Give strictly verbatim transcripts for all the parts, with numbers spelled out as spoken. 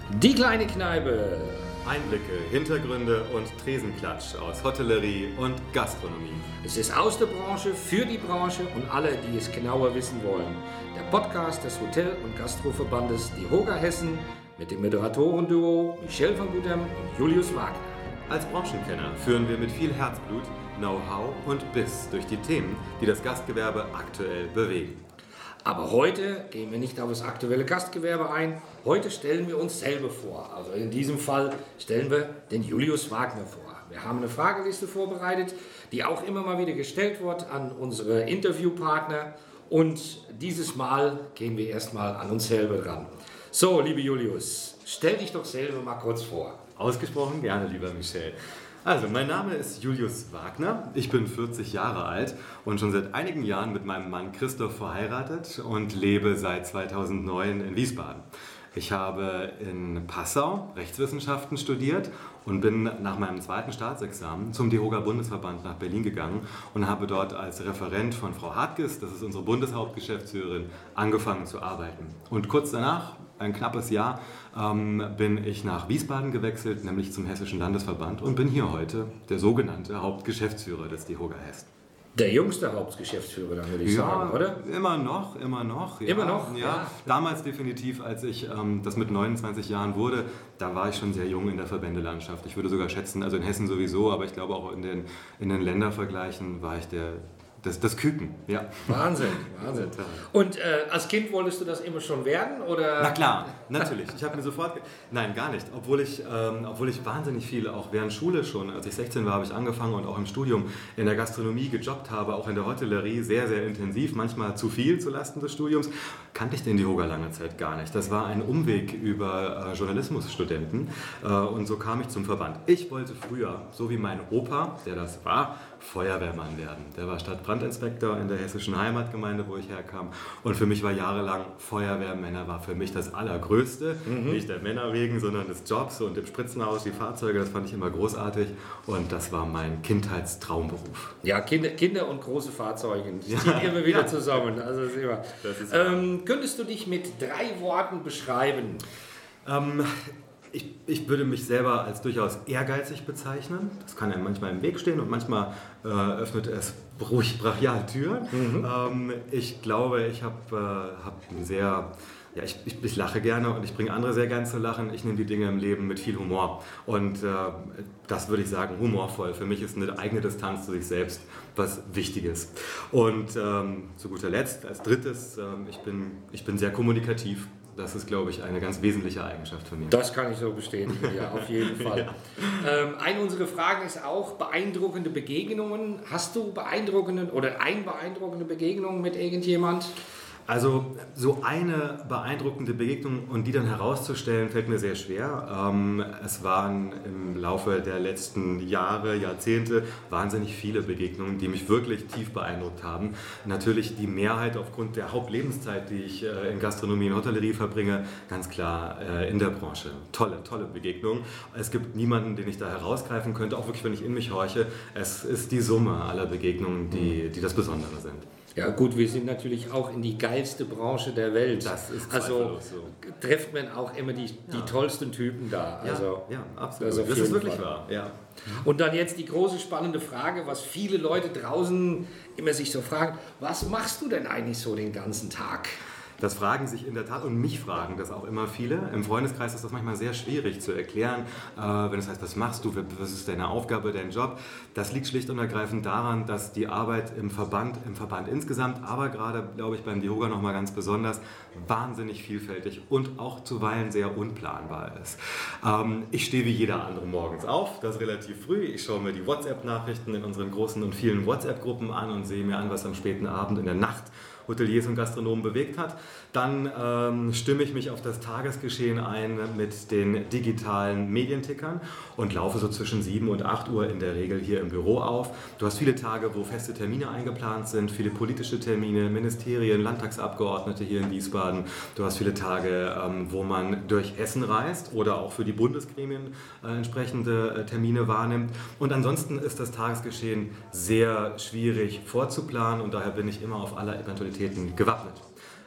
Die kleine Kneipe. Einblicke, Hintergründe und Tresenklatsch aus Hotellerie und Gastronomie. Es ist aus der Branche, für die Branche und alle, die es genauer wissen wollen. Der Podcast des Hotel- und Gastroverbandes DEHOGA Hessen mit dem Moderatorenduo Michel van Goethem und Julius Wagner. Als Branchenkenner führen wir mit viel Herzblut, Know-how und Biss durch die Themen, die das Gastgewerbe aktuell bewegen. Aber heute gehen wir nicht auf das aktuelle Gastgewerbe ein, heute stellen wir uns selber vor. Also in diesem Fall stellen wir den Julius Wagner vor. Wir haben eine Frageliste vorbereitet, die auch immer mal wieder gestellt wird an unsere Interviewpartner. Und dieses Mal gehen wir erstmal an uns selber dran. So, liebe Julius, stell dich doch selber mal kurz vor. Ausgesprochen gerne, lieber Michel. Also, mein Name ist Julius Wagner, ich bin vierzig Jahre alt und schon seit einigen Jahren mit meinem Mann Christoph verheiratet und lebe seit zweitausendneun in Wiesbaden. Ich habe in Passau Rechtswissenschaften studiert und bin nach meinem zweiten Staatsexamen zum DEHOGA Bundesverband nach Berlin gegangen und habe dort als Referent von Frau Hartges, das ist unsere Bundeshauptgeschäftsführerin, angefangen zu arbeiten. Und kurz danach, ein knappes Jahr, ähm, bin ich nach Wiesbaden gewechselt, nämlich zum Hessischen Landesverband und bin hier heute der sogenannte Hauptgeschäftsführer des DEHOGA Hessen. Der jüngste Hauptgeschäftsführer, dann würde ich ja, sagen, oder? Immer noch, immer noch. Ja, immer noch? Ja. ja. Damals definitiv, als ich ähm, das mit neunundzwanzig Jahren wurde, da war ich schon sehr jung in der Verbändelandschaft. Ich würde sogar schätzen, also in Hessen sowieso, aber ich glaube auch in den, in den Ländervergleichen war ich der... Das, das Küken, ja. Wahnsinn, Wahnsinn. Und äh, als Kind wolltest du das immer schon werden, oder? Na klar, natürlich. Ich habe mir sofort... Ge- Nein, gar nicht. Obwohl ich, ähm, obwohl ich wahnsinnig viel, auch während Schule schon, als ich sechzehn war, habe ich angefangen und auch im Studium in der Gastronomie gejobbt habe, auch in der Hotellerie, sehr, sehr intensiv, manchmal zu viel zulasten des Studiums, kannte ich den DEHOGA lange Zeit gar nicht. Das war ein Umweg über äh, Journalismusstudenten äh, und so kam ich zum Verband. Ich wollte früher, so wie mein Opa, der das war, Feuerwehrmann werden. Der war Stadtbrandinspektor in der hessischen Heimatgemeinde, wo ich herkam. Und für mich war jahrelang Feuerwehrmänner war für mich das Allergrößte. Mhm. Nicht der Männer wegen, sondern des Jobs und dem Spritzenhaus, die Fahrzeuge, das fand ich immer großartig. Und das war mein Kindheitstraumberuf. Ja, Kinder, Kinder und große Fahrzeuge, das ja, zieht immer wieder ja. zusammen. Also, das ist immer. Das ist ähm, könntest du dich mit drei Worten beschreiben? Ähm... Ich, ich würde mich selber als durchaus ehrgeizig bezeichnen. Das kann einem manchmal im Weg stehen und manchmal äh, öffnet es ruhig brachial Türen. Mhm. Ähm, ich glaube, ich habe äh, hab ein sehr... Ja, ich, ich, ich lache gerne und ich bringe andere sehr gerne zu lachen. Ich nehme die Dinge im Leben mit viel Humor. Und äh, das würde ich sagen, humorvoll. Für mich ist eine eigene Distanz zu sich selbst was Wichtiges. Und ähm, zu guter Letzt, als drittes, äh, ich, bin, ich bin sehr kommunikativ. Das ist, glaube ich, eine ganz wesentliche Eigenschaft von mir. Das kann ich so bestätigen, ja, auf jeden Fall. Ja. Ähm, eine unserer Fragen ist auch beeindruckende Begegnungen. Hast du beeindruckende oder ein beeindruckende Begegnung mit irgendjemand? Also so eine beeindruckende Begegnung und die dann herauszustellen, fällt mir sehr schwer. Ähm, es waren im Laufe der letzten Jahre, Jahrzehnte wahnsinnig viele Begegnungen, die mich wirklich tief beeindruckt haben. Natürlich die Mehrheit aufgrund der Hauptlebenszeit, die ich äh, in Gastronomie und Hotellerie verbringe, ganz klar äh, in der Branche. Tolle, tolle Begegnungen. Es gibt niemanden, den ich da herausgreifen könnte, auch wirklich, wenn ich in mich horche. Es ist die Summe aller Begegnungen, die, die das Besondere sind. Ja gut, wir sind natürlich auch in die geilste Branche der Welt. Das ist also so. Trifft man auch immer die, die ja. tollsten Typen da. Also, ja, ja, absolut. Das, das ist wirklich Fall. wahr. Ja. Und dann jetzt die große spannende Frage, was viele Leute draußen immer sich so fragen, was machst du denn eigentlich so den ganzen Tag? Das fragen sich in der Tat und mich fragen das auch immer viele. Im Freundeskreis ist das manchmal sehr schwierig zu erklären, äh, wenn es heißt, was machst du, was ist deine Aufgabe, dein Job. Das liegt schlicht und ergreifend daran, dass die Arbeit im Verband, im Verband insgesamt, aber gerade, glaube ich, beim DEHOGA nochmal ganz besonders, wahnsinnig vielfältig und auch zuweilen sehr unplanbar ist. Ähm, ich stehe wie jeder andere morgens auf, das relativ früh. Ich schaue mir die WhatsApp-Nachrichten in unseren großen und vielen WhatsApp-Gruppen an und sehe mir an, was am späten Abend in der Nacht Hoteliers und Gastronomen bewegt hat. Dann ähm, stimme ich mich auf das Tagesgeschehen ein mit den digitalen Medientickern und laufe so zwischen sieben und acht Uhr in der Regel hier im Büro auf. Du hast viele Tage, wo feste Termine eingeplant sind, viele politische Termine, Ministerien, Landtagsabgeordnete hier in Wiesbaden. Du hast viele Tage, ähm, wo man durch Hessen reist oder auch für die Bundesgremien äh, entsprechende äh, Termine wahrnimmt. Und ansonsten ist das Tagesgeschehen sehr schwierig vorzuplanen und daher bin ich immer auf alle Eventualitäten gewappnet.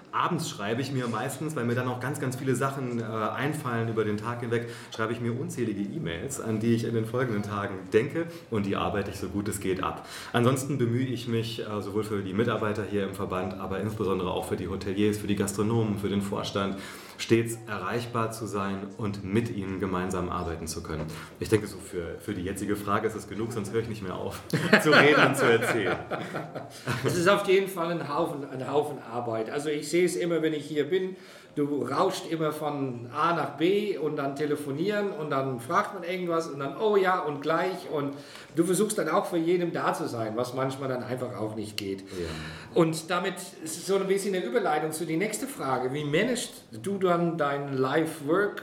abends schreibe ich mir meistens, weil mir dann auch ganz, ganz viele Sachen äh, einfallen über den Tag hinweg, schreibe ich mir unzählige E-Mails, an die ich in den folgenden Tagen denke und die arbeite ich so gut es geht ab. Ansonsten bemühe ich mich äh, sowohl für die Mitarbeiter hier im Verband, aber insbesondere auch für die Hoteliers, für die Gastronomen, für den Vorstand, stets erreichbar zu sein und mit ihnen gemeinsam arbeiten zu können. Ich denke, so für, für die jetzige Frage ist es genug, sonst höre ich nicht mehr auf zu reden und zu erzählen. Es ist auf jeden Fall ein Haufen, ein Haufen Arbeit. Also ich sehe es immer, wenn ich hier bin, du rauscht immer von A nach B und dann telefonieren und dann fragt man irgendwas und dann oh ja und gleich und du versuchst dann auch für jedem da zu sein, was manchmal dann einfach auch nicht geht. Ja. Und damit ist es so ein bisschen eine Überleitung zu die nächste Frage. Wie managst du dann dein Life-Work,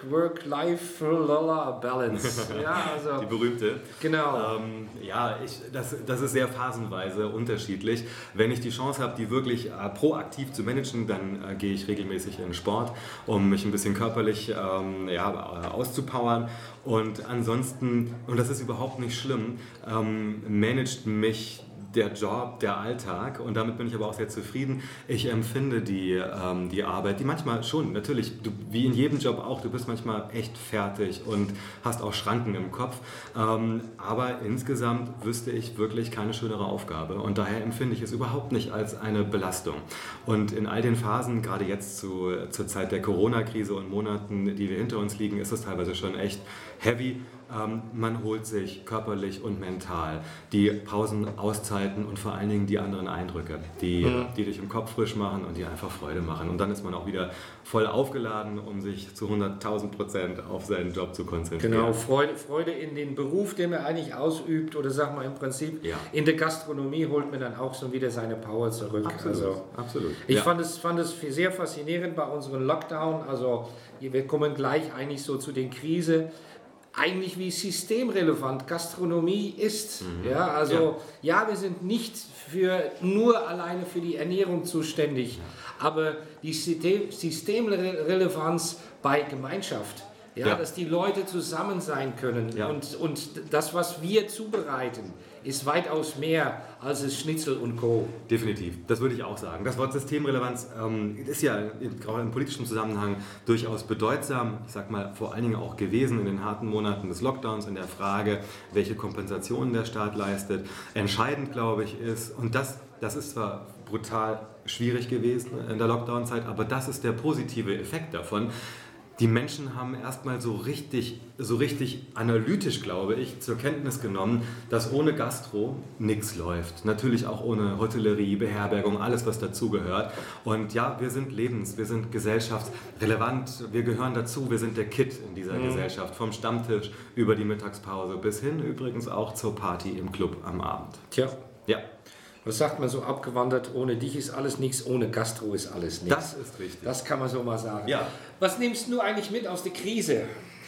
Work-Life-Balance? Ja, also, die berühmte. Genau. Ähm, ja, ich, das, das ist sehr phasenweise unterschiedlich. Wenn ich die Chance habe, die wirklich äh, proaktiv zu managen, dann äh, gehe ich regelmäßig in den Sport, um mich ein bisschen körperlich ähm, ja, auszupowern. Und ansonsten, und das ist überhaupt nicht schlimm, ähm, managt mich der Job, der Alltag, und damit bin ich aber auch sehr zufrieden. Ich empfinde die, ähm, die Arbeit, die manchmal schon, natürlich, du, wie in jedem Job auch, du bist manchmal echt fertig und hast auch Schranken im Kopf, ähm, aber insgesamt wüsste ich wirklich keine schönere Aufgabe und daher empfinde ich es überhaupt nicht als eine Belastung. Und in all den Phasen, gerade jetzt zu, zur Zeit der Corona-Krise und Monaten, die wir hinter uns liegen, ist es teilweise schon echt heavy. Ähm, man holt sich körperlich und mental die Pausen, Auszeiten und vor allen Dingen die anderen Eindrücke, die, mhm. die dich im Kopf frisch machen und die einfach Freude machen. Und dann ist man auch wieder voll aufgeladen, um sich zu hunderttausend Prozent auf seinen Job zu konzentrieren. Genau, Freude, Freude in den Beruf, den man eigentlich ausübt, oder sag mal im Prinzip, ja. in der Gastronomie holt man dann auch schon wieder seine Power zurück. Absolut, also, absolut. Ich ja. fand es, fand es sehr faszinierend bei unserem Lockdown. Also wir kommen gleich eigentlich so zu den Krisen. Eigentlich wie systemrelevant Gastronomie ist. Mhm. Ja, also ja. ja, wir sind nicht für, nur alleine für die Ernährung zuständig, aber die Systemrelevanz bei Gemeinschaft, ja, ja. dass die Leute zusammen sein können ja. und, und das, was wir zubereiten, ist weitaus mehr als es Schnitzel und Co. Definitiv, das würde ich auch sagen. Das Wort Systemrelevanz ähm, ist ja gerade im politischen Zusammenhang durchaus bedeutsam, ich sag mal vor allen Dingen auch gewesen in den harten Monaten des Lockdowns, in der Frage, welche Kompensationen der Staat leistet. Entscheidend, glaube ich, ist, und das, das ist zwar brutal schwierig gewesen in der Lockdown-Zeit, aber das ist der positive Effekt davon. Die Menschen haben erstmal so richtig, so richtig analytisch, glaube ich, zur Kenntnis genommen, dass ohne Gastro nichts läuft. Natürlich auch ohne Hotellerie, Beherbergung, alles, was dazugehört. Und ja, wir sind lebens-, wir sind gesellschaftsrelevant, wir gehören dazu, wir sind der Kit in dieser mhm. Gesellschaft. Vom Stammtisch über die Mittagspause bis hin übrigens auch zur Party im Club am Abend. Tja. Ja. Was sagt man so abgewandert, ohne dich ist alles nichts, ohne Gastro ist alles nichts. Das ist richtig. Das kann man so mal sagen. Ja. Was nimmst du eigentlich mit aus der Krise?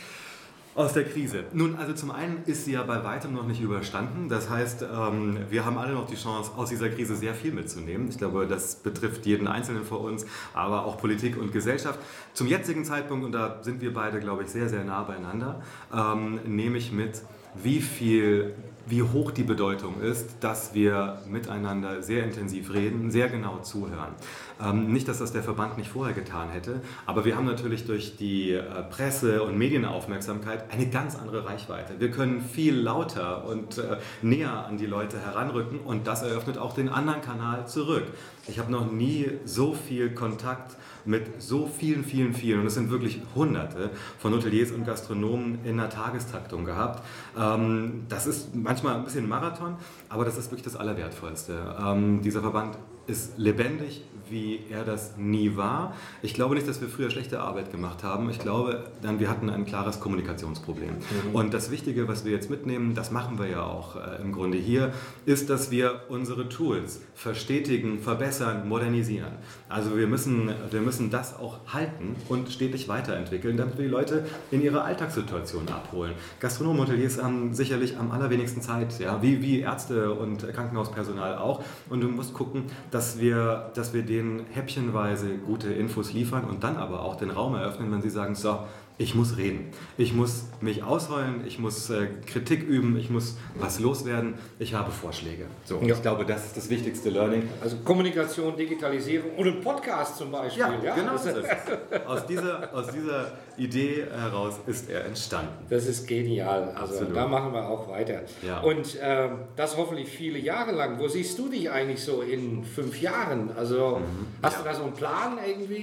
Aus der Krise. Nun, also zum einen ist sie ja bei weitem noch nicht überstanden. Das heißt, ähm, wir haben alle noch die Chance, aus dieser Krise sehr viel mitzunehmen. Ich glaube, das betrifft jeden Einzelnen von uns, aber auch Politik und Gesellschaft. Zum jetzigen Zeitpunkt, und da sind wir beide, glaube ich, sehr, sehr nah beieinander, ähm, nehme ich mit, wie viel... wie hoch die Bedeutung ist, dass wir miteinander sehr intensiv reden, sehr genau zuhören. Ähm, nicht, dass das der Verband nicht vorher getan hätte, aber wir haben natürlich durch die äh, Presse- und Medienaufmerksamkeit eine ganz andere Reichweite. Wir können viel lauter und äh, näher an die Leute heranrücken und das eröffnet auch den anderen Kanal zurück. Ich habe noch nie so viel Kontakt mit so vielen, vielen, vielen, und es sind wirklich Hunderte von Hoteliers und Gastronomen in einer Tagestaktung gehabt. Ähm, das ist manchmal ein bisschen Marathon, aber das ist wirklich das Allerwertvollste. Ähm, dieser Verband ist lebendig, wie er das nie war. Ich glaube nicht, dass wir früher schlechte Arbeit gemacht haben. Ich glaube, dann, wir hatten ein klares Kommunikationsproblem. Mhm. Und das Wichtige, was wir jetzt mitnehmen, das machen wir ja auch äh, im Grunde hier, ist, dass wir unsere Tools verstetigen, verbessern, modernisieren. Also wir müssen, wir müssen das auch halten und stetig weiterentwickeln, damit wir die Leute in ihre Alltagssituation abholen. Gastronomen und Hoteliers haben sicherlich am allerwenigsten Zeit, ja, wie, wie Ärzte und Krankenhauspersonal auch. Und du musst gucken, dass wir, dass wir denen häppchenweise gute Infos liefern und dann aber auch den Raum eröffnen, wenn sie sagen, so, Ich muss reden. Ich muss mich ausheulen, ich muss äh, Kritik üben, ich muss was loswerden. Ich habe Vorschläge. So, ja. Ich glaube, das ist das wichtigste Learning. Also Kommunikation, Digitalisierung und ein Podcast zum Beispiel. Ja, ja? genau. Das ist aus, dieser, aus dieser Idee heraus ist er entstanden. Das ist genial. Also Absolut. Da machen wir auch weiter. Ja. Und ähm, das hoffentlich viele Jahre lang. Wo siehst du dich eigentlich so in fünf Jahren? Also mhm. hast ja. du da so einen Plan irgendwie?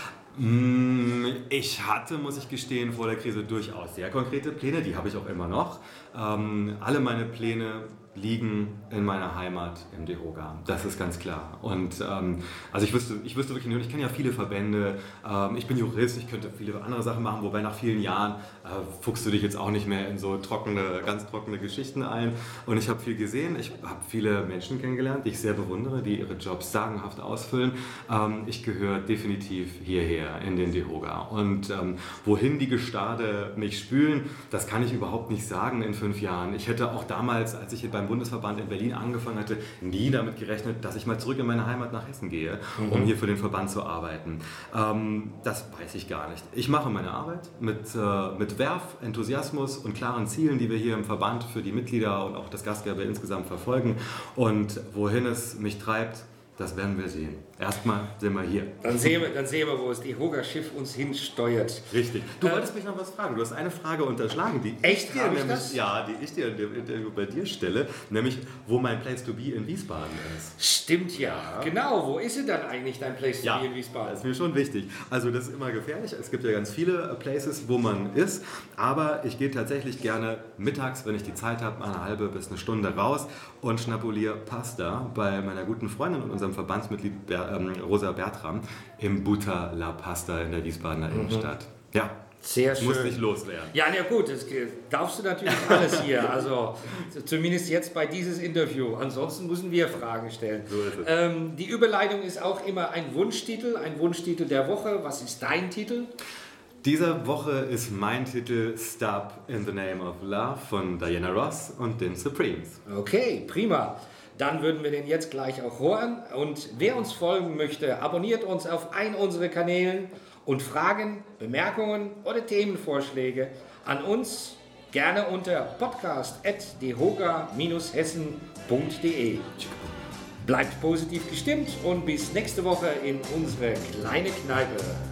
Ich hatte, muss ich gestehen, vor der Krise durchaus sehr konkrete Pläne, die habe ich auch immer noch. Ähm, alle meine Pläne liegen in meiner Heimat im DEHOGA, das ist ganz klar. Und ähm, also ich wüsste, ich wüsste wirklich nur, ich kenne ja viele Verbände, ähm, ich bin Jurist, ich könnte viele andere Sachen machen, wobei nach vielen Jahren äh, fuchst du dich jetzt auch nicht mehr in so trockene, ganz trockene Geschichten ein. Und ich habe viel gesehen, ich habe viele Menschen kennengelernt, die ich sehr bewundere, die ihre Jobs sagenhaft ausfüllen. Ähm, ich gehöre definitiv hierher in den DEHOGA. Und ähm, wohin die Gestade mich spülen, das kann ich überhaupt nicht sagen in fünf Jahren. Ich hätte auch damals, als ich hier beim Bundesverband in Berlin angefangen hatte, nie damit gerechnet, dass ich mal zurück in meine Heimat nach Hessen gehe, mhm. um hier für den Verband zu arbeiten. Ähm, das weiß ich gar nicht. Ich mache meine Arbeit mit, äh, mit Werf, Enthusiasmus und klaren Zielen, die wir hier im Verband für die Mitglieder und auch das Gastgewerbe insgesamt verfolgen. Und wohin es mich treibt, das werden wir sehen. Erstmal sind wir hier. Dann sehen wir, dann sehen wir, wo das DEHOGA-Schiff uns hinsteuert. Richtig. Du äh, wolltest mich noch was fragen. Du hast eine Frage unterschlagen, die echt ich dir nämlich, das? Ja, die ich dir bei dir stelle, nämlich wo mein Place to be in Wiesbaden ist. Stimmt ja. ja. Genau. Wo ist denn dann eigentlich dein Place to ja, be in Wiesbaden? Das ist mir schon wichtig. Also das ist immer gefährlich. Es gibt ja ganz viele Places, wo man ist, aber ich gehe tatsächlich gerne mittags, wenn ich die Zeit habe, eine halbe bis eine Stunde raus und schnabuliere Pasta bei meiner guten Freundin und unserem Verbandsmitglied Ber- ähm, Rosa Bertram im Buta La Pasta in der Wiesbadener mhm. Innenstadt. Ja, sehr schön. Muss nicht loswerden. Ja, na gut, das darfst du natürlich alles hier. Also zumindest jetzt bei dieses Interview. Ansonsten müssen wir Fragen stellen. So ist es. Ähm, die Überleitung ist auch immer ein Wunschtitel, ein Wunschtitel der Woche. Was ist dein Titel? Diese Woche ist mein Titel Stop in the Name of Love von Diana Ross und den Supremes. Okay, prima. Dann würden wir den jetzt gleich auch hören. Und wer uns folgen möchte, abonniert uns auf einen unserer Kanälen und Fragen, Bemerkungen oder Themenvorschläge an uns gerne unter podcast at dehoga dash hessen punkt de. Bleibt positiv gestimmt und bis nächste Woche in unsere kleine Kneipe.